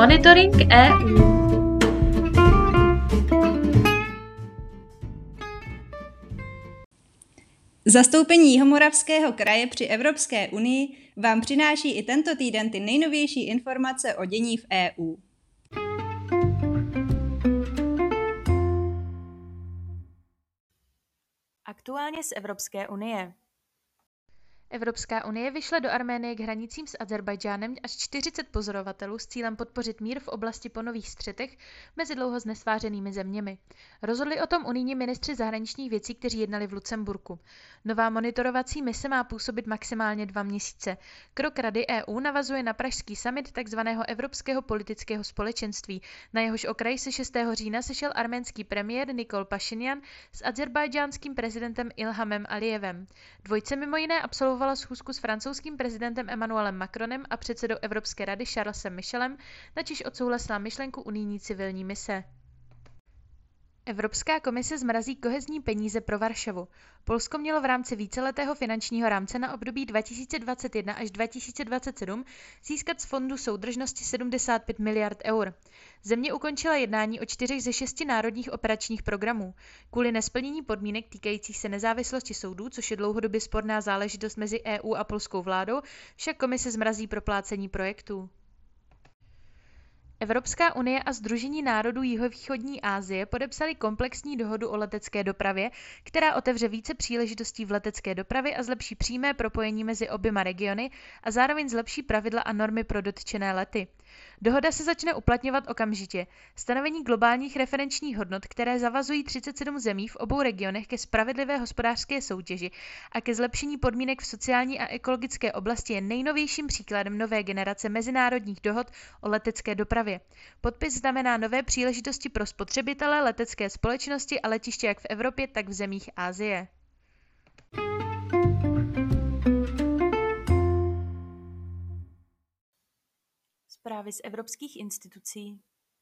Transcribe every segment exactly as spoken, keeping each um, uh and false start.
Monitoring E U. Zastoupení Jihomoravského kraje při Evropské unii vám přináší i tento týden ty nejnovější informace o dění v E U. Aktuálně z Evropské unie. Evropská unie vyšle do Arménie k hranicím s Azerbajdžánem až čtyřicet pozorovatelů s cílem podpořit mír v oblasti po nových střetech mezi dlouho znesvářenými zeměmi. Rozhodli o tom unijní ministři zahraničních věcí, kteří jednali v Lucemburku. Nová monitorovací mise má působit maximálně dva měsíce. Krok Rady E U navazuje na pražský summit tzv. Evropského politického společenství. Na jehož okraji se šestého října sešel arménský premiér Nikol Pašinjan s azerbajdžánským prezidentem Ilhamem Alijevem. Dvojce mimo jiné absolvovala schůzku s francouzským prezidentem Emmanuelem Macronem a předsedou Evropské rady Charlesem Michelem, načež odsouhlasila myšlenku unijní civilní mise. Evropská komise zmrazí kohezní peníze pro Varšavu. Polsko mělo v rámci víceletého finančního rámce na období dva tisíce dvacet jedna až dva tisíce dvacet sedm získat z fondu soudržnosti sedmdesát pět miliard eur. Země ukončila jednání o čtyřech ze šesti národních operačních programů. Kvůli nesplnění podmínek týkajících se nezávislosti soudů, což je dlouhodobě sporná záležitost mezi E U a polskou vládou, však komise zmrazí proplácení projektů. Evropská unie a Sdružení národů jihovýchodní Asie podepsali komplexní dohodu o letecké dopravě, která otevře více příležitostí v letecké dopravě a zlepší přímé propojení mezi oběma regiony a zároveň zlepší pravidla a normy pro dotčené lety. Dohoda se začne uplatňovat okamžitě. Stanovení globálních referenčních hodnot, které zavazují třicet sedm zemí v obou regionech ke spravedlivé hospodářské soutěži a ke zlepšení podmínek v sociální a ekologické oblasti, je nejnovějším příkladem nové generace mezinárodních dohod o letecké dopravě. Podpis znamená nové příležitosti pro spotřebitele, letecké společnosti a letiště jak v Evropě, tak v zemích Asie. Zprávy z evropských institucí.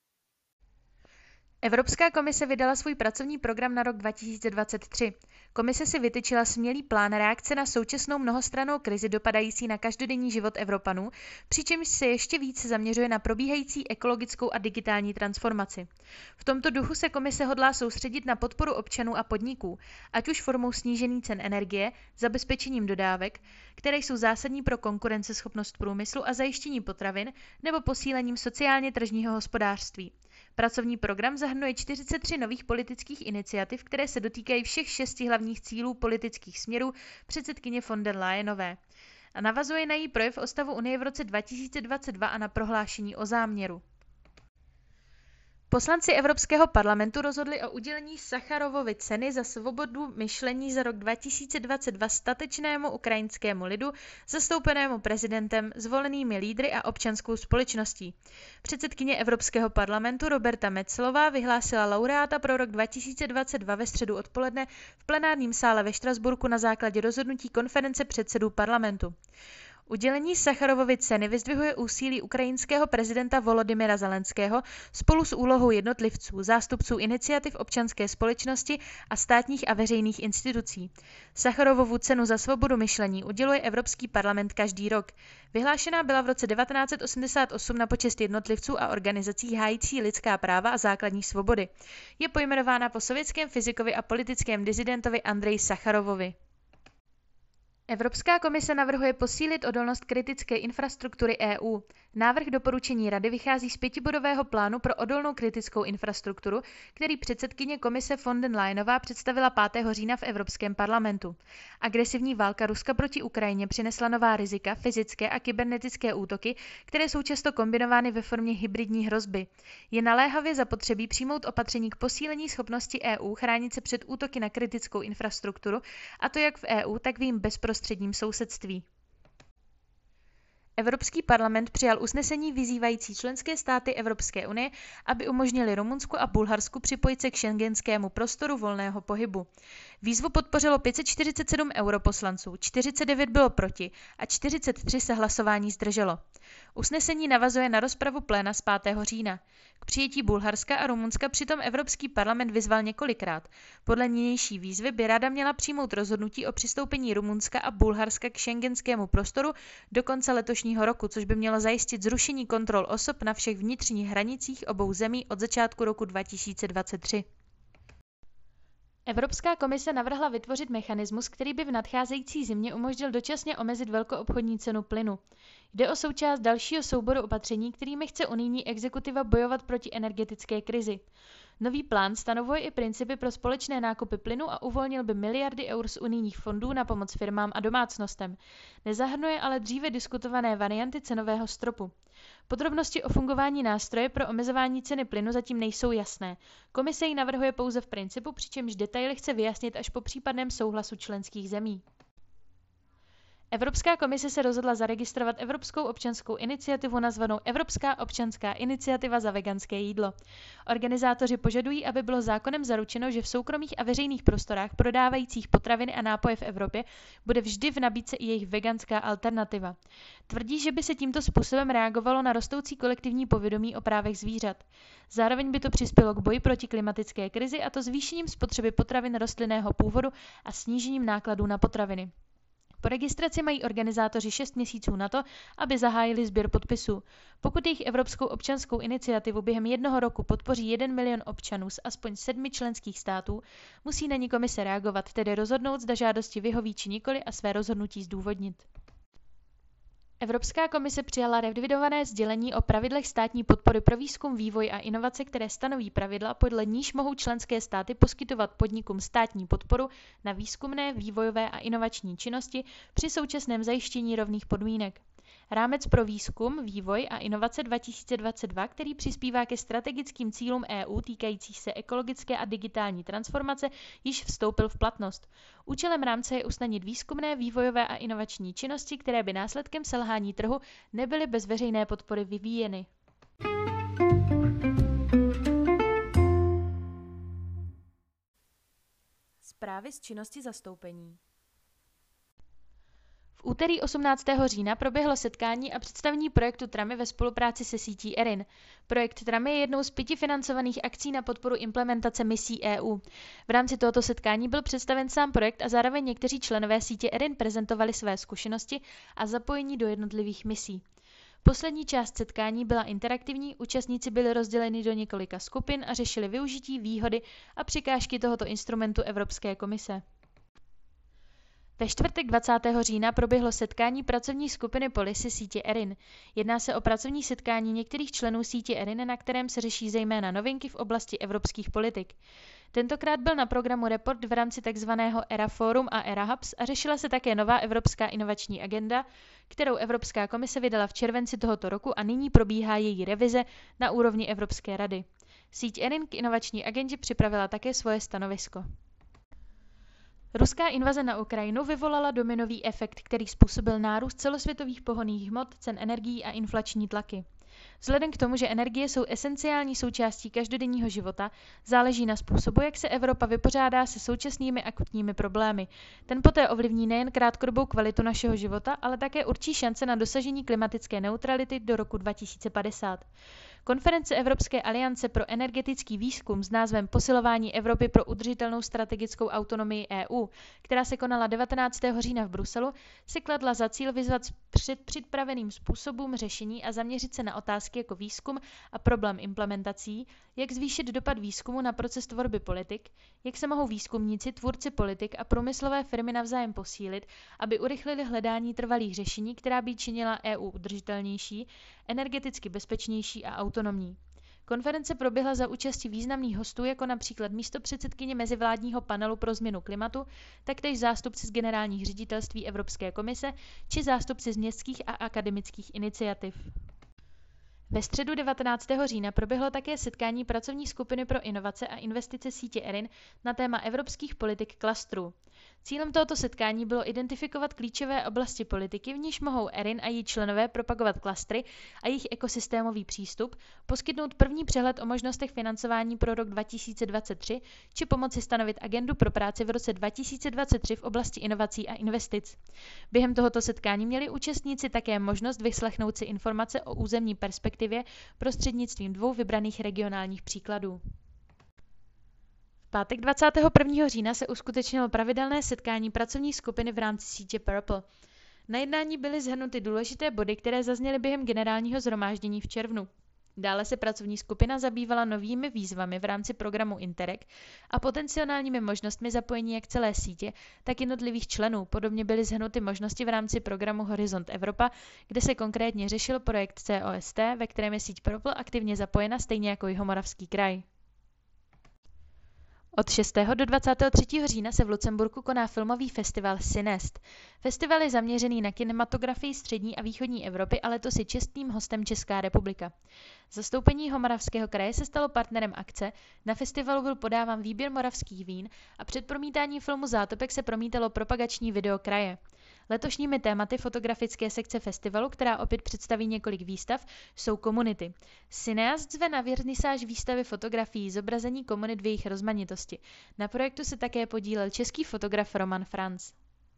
Evropská komise vydala svůj pracovní program na rok dva tisíce dvacet tři. Komise si vytyčila smělý plán reakce na současnou mnohostrannou krizi dopadající na každodenní život Evropanů, přičemž se ještě více zaměřuje na probíhající ekologickou a digitální transformaci. V tomto duchu se komise hodlá soustředit na podporu občanů a podniků, ať už formou snížení cen energie, zabezpečením dodávek, které jsou zásadní pro konkurenceschopnost průmyslu a zajištění potravin, nebo posílením sociálně tržního hospodářství. Pracovní program zahrnuje čtyřicet tři nových politických iniciativ, které se dotýkají všech šesti hlavních cílů politických směrů předsedkyně von der Leyenové a navazuje na její projev o stavu Unie v roce dva tisíce dvacet dva a na prohlášení o záměru. Poslanci Evropského parlamentu rozhodli o udělení Sacharovovy ceny za svobodu myšlení za rok dva tisíce dvacet dva statečnému ukrajinskému lidu, zastoupenému prezidentem, zvolenými lídry a občanskou společností. Předsedkyně Evropského parlamentu Roberta Metsolová vyhlásila laureáta pro rok dva tisíce dvacet dva ve středu odpoledne v plenárním sále ve Štrasburku na základě rozhodnutí konference předsedů parlamentu. Udělení Sacharovovy ceny vyzdvihuje úsilí ukrajinského prezidenta Volodymyra Zelenského spolu s úlohou jednotlivců, zástupců iniciativ občanské společnosti a státních a veřejných institucí. Sacharovovu cenu za svobodu myšlení uděluje Evropský parlament každý rok. Vyhlášená byla v roce devatenáct set osmdesát osm na počest jednotlivců a organizací hájící lidská práva a základní svobody. Je pojmenována po sovětském fyzikovi a politickém disidentovi Andreji Sacharovovi. Evropská komise navrhuje posílit odolnost kritické infrastruktury E U. Návrh doporučení Rady vychází z pětibodového plánu pro odolnou kritickou infrastrukturu, který předsedkyně komise von der Leyenová představila pátého října v Evropském parlamentu. Agresivní válka Ruska proti Ukrajině přinesla nová rizika, fyzické a kybernetické útoky, které jsou často kombinovány ve formě hybridní hrozby. Je naléhavě zapotřebí přijmout opatření k posílení schopnosti E U chránit se před útoky na kritickou infrastrukturu, a to jak v E U, tak v jejím bezprostředním sousedství. Evropský parlament přijal usnesení vyzývající členské státy Evropské unie, aby umožnili Rumunsku a Bulharsku připojit se k schengenskému prostoru volného pohybu. Výzvu podpořilo pět set čtyřicet sedm europoslanců, čtyřicet devět bylo proti a čtyřicet tři se hlasování zdrželo. Usnesení navazuje na rozpravu pléna z pátého října. K přijetí Bulharska a Rumunska přitom Evropský parlament vyzval několikrát. Podle nynější výzvy by Rada měla přijmout rozhodnutí o přistoupení Rumunska a Bulharska k schengenskému prostoru do konce letošního roku, což by mělo zajistit zrušení kontrol osob na všech vnitřních hranicích obou zemí od začátku roku dva tisíce dvacet tři. Evropská komise navrhla vytvořit mechanismus, který by v nadcházející zimě umožnil dočasně omezit velkoobchodní cenu plynu. Jde o součást dalšího souboru opatření, kterými chce unijní exekutiva bojovat proti energetické krizi. Nový plán stanovuje i principy pro společné nákupy plynu a uvolnil by miliardy eur z unijních fondů na pomoc firmám a domácnostem. Nezahrnuje ale dříve diskutované varianty cenového stropu. Podrobnosti o fungování nástroje pro omezování ceny plynu zatím nejsou jasné. Komise ji navrhuje pouze v principu, přičemž detaily chce vyjasnit až po případném souhlasu členských zemí. Evropská komise se rozhodla zaregistrovat Evropskou občanskou iniciativu nazvanou Evropská občanská iniciativa za veganské jídlo. Organizátoři požadují, aby bylo zákonem zaručeno, že v soukromých a veřejných prostorách prodávajících potraviny a nápoje v Evropě bude vždy v nabídce i jejich veganská alternativa. Tvrdí, že by se tímto způsobem reagovalo na rostoucí kolektivní povědomí o právech zvířat. Zároveň by to přispělo k boji proti klimatické krizi, a to zvýšením spotřeby potravin rostlinného původu a snížením nákladů na potraviny. Po registraci mají organizátoři šest měsíců na to, aby zahájili sběr podpisů. Pokud jejich Evropskou občanskou iniciativu během jednoho roku podpoří jeden milion občanů z aspoň sedmi členských států, musí na ní komise reagovat, tedy rozhodnout, zda žádosti vyhoví či nikoli, a své rozhodnutí zdůvodnit. Evropská komise přijala revidované sdělení o pravidlech státní podpory pro výzkum, vývoj a inovace, které stanoví pravidla, podle níž mohou členské státy poskytovat podnikům státní podporu na výzkumné, vývojové a inovační činnosti při současném zajištění rovných podmínek. Rámec pro výzkum, vývoj a inovace dva tisíce dvacet dva, který přispívá ke strategickým cílům E U týkajících se ekologické a digitální transformace, již vstoupil v platnost. Účelem rámce je usnadnit výzkumné, vývojové a inovační činnosti, které by následkem selhání trhu nebyly bez veřejné podpory vyvíjeny. Zprávy z činnosti zastoupení. V úterý osmnáctého října proběhlo setkání a představení projektu Tramy ve spolupráci se sítí E R I N. Projekt Tramy je jednou z pěti financovaných akcí na podporu implementace misí E U. V rámci tohoto setkání byl představen sám projekt a zároveň někteří členové sítě E R I N prezentovali své zkušenosti a zapojení do jednotlivých misí. Poslední část setkání byla interaktivní, účastníci byli rozděleni do několika skupin a řešili využití, výhody a překážky tohoto instrumentu Evropské komise. Ve čtvrtek dvacátého října proběhlo setkání pracovní skupiny Policy sítě E R I N. Jedná se o pracovní setkání některých členů sítě E R I N, na kterém se řeší zejména novinky v oblasti evropských politik. Tentokrát byl na programu report v rámci tzv. E R A Forum a E R A Hubs a řešila se také nová evropská inovační agenda, kterou Evropská komise vydala v červenci tohoto roku a nyní probíhá její revize na úrovni Evropské rady. Síť E R I N k inovační agendě připravila také svoje stanovisko. Ruská invaze na Ukrajinu vyvolala dominový efekt, který způsobil nárůst celosvětových pohonných hmot, cen energií a inflační tlaky. Vzhledem k tomu, že energie jsou esenciální součástí každodenního života, záleží na způsobu, jak se Evropa vypořádá se současnými akutními problémy. Ten poté ovlivní nejen krátkodobou kvalitu našeho života, ale také určí šance na dosažení klimatické neutrality do roku dva tisíce padesát. Konference Evropské aliance pro energetický výzkum s názvem Posilování Evropy pro udržitelnou strategickou autonomii E U, která se konala devatenáctého října v Bruselu, si kladla za cíl vyzvat před připraveným způsobům řešení a zaměřit se na otázky jako výzkum a problém implementací, jak zvýšit dopad výzkumu na proces tvorby politik, jak se mohou výzkumníci, tvůrci politik a průmyslové firmy navzájem posílit, aby urychlili hledání trvalých řešení, která by činila E U udržitelnější, energeticky bezpečnější a autonomní. Konference proběhla za účasti významných hostů, jako například místopředsedkyně mezivládního panelu pro změnu klimatu, taktéž zástupci z generálních ředitelství Evropské komise či zástupci z městských a akademických iniciativ. Ve středu devatenáctého října proběhlo také setkání pracovní skupiny pro inovace a investice sítě E R I N na téma evropských politik klastrů. Cílem tohoto setkání bylo identifikovat klíčové oblasti politiky, v níž mohou ERIN a její členové propagovat klastry a jejich ekosystémový přístup, poskytnout první přehled o možnostech financování pro rok dva tisíce dvacet tři či pomoci stanovit agendu pro práci v roce dva tisíce dvacet tři v oblasti inovací a investic. Během tohoto setkání měli účastníci také možnost vyslechnout si informace o územní perspektivě prostřednictvím dvou vybraných regionálních příkladů. V pátek dvacátého prvního října se uskutečnilo pravidelné setkání pracovní skupiny v rámci sítě Purple. Na jednání byly shrnuty důležité body, které zazněly během generálního shromáždění v červnu. Dále se pracovní skupina zabývala novými výzvami v rámci programu Interreg a potenciálními možnostmi zapojení jak celé sítě, tak jednotlivých členů. Podobně byly shrnuty možnosti v rámci programu Horizont Evropa, kde se konkrétně řešil projekt C O S T, ve kterém je síť Purple aktivně zapojena, stejně jako Jihomoravský kraj. Od šestého do dvacátého třetího října se v Lucemburku koná filmový festival Cinest. Festival je zaměřený na kinematografii střední a východní Evropy a letos je čestným hostem Česká republika. Zastoupení Jihomoravského kraje se stalo partnerem akce, na festivalu byl podáván výběr moravských vín a před promítáním filmu Zátopek se promítalo propagační video kraje. Letošními tématy fotografické sekce festivalu, která opět představí několik výstav, jsou komunity. Cineast zve na vernisáž výstavy fotografií zobrazení komunit v jejich rozmanitosti. Na projektu se také podílel český fotograf Roman Franz.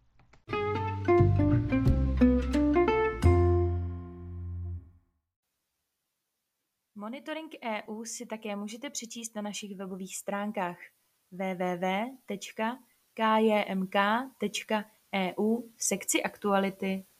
Monitoring E U si také můžete přečíst na našich webových stránkách w w w tečka k j m k tečka e u v sekci aktuality.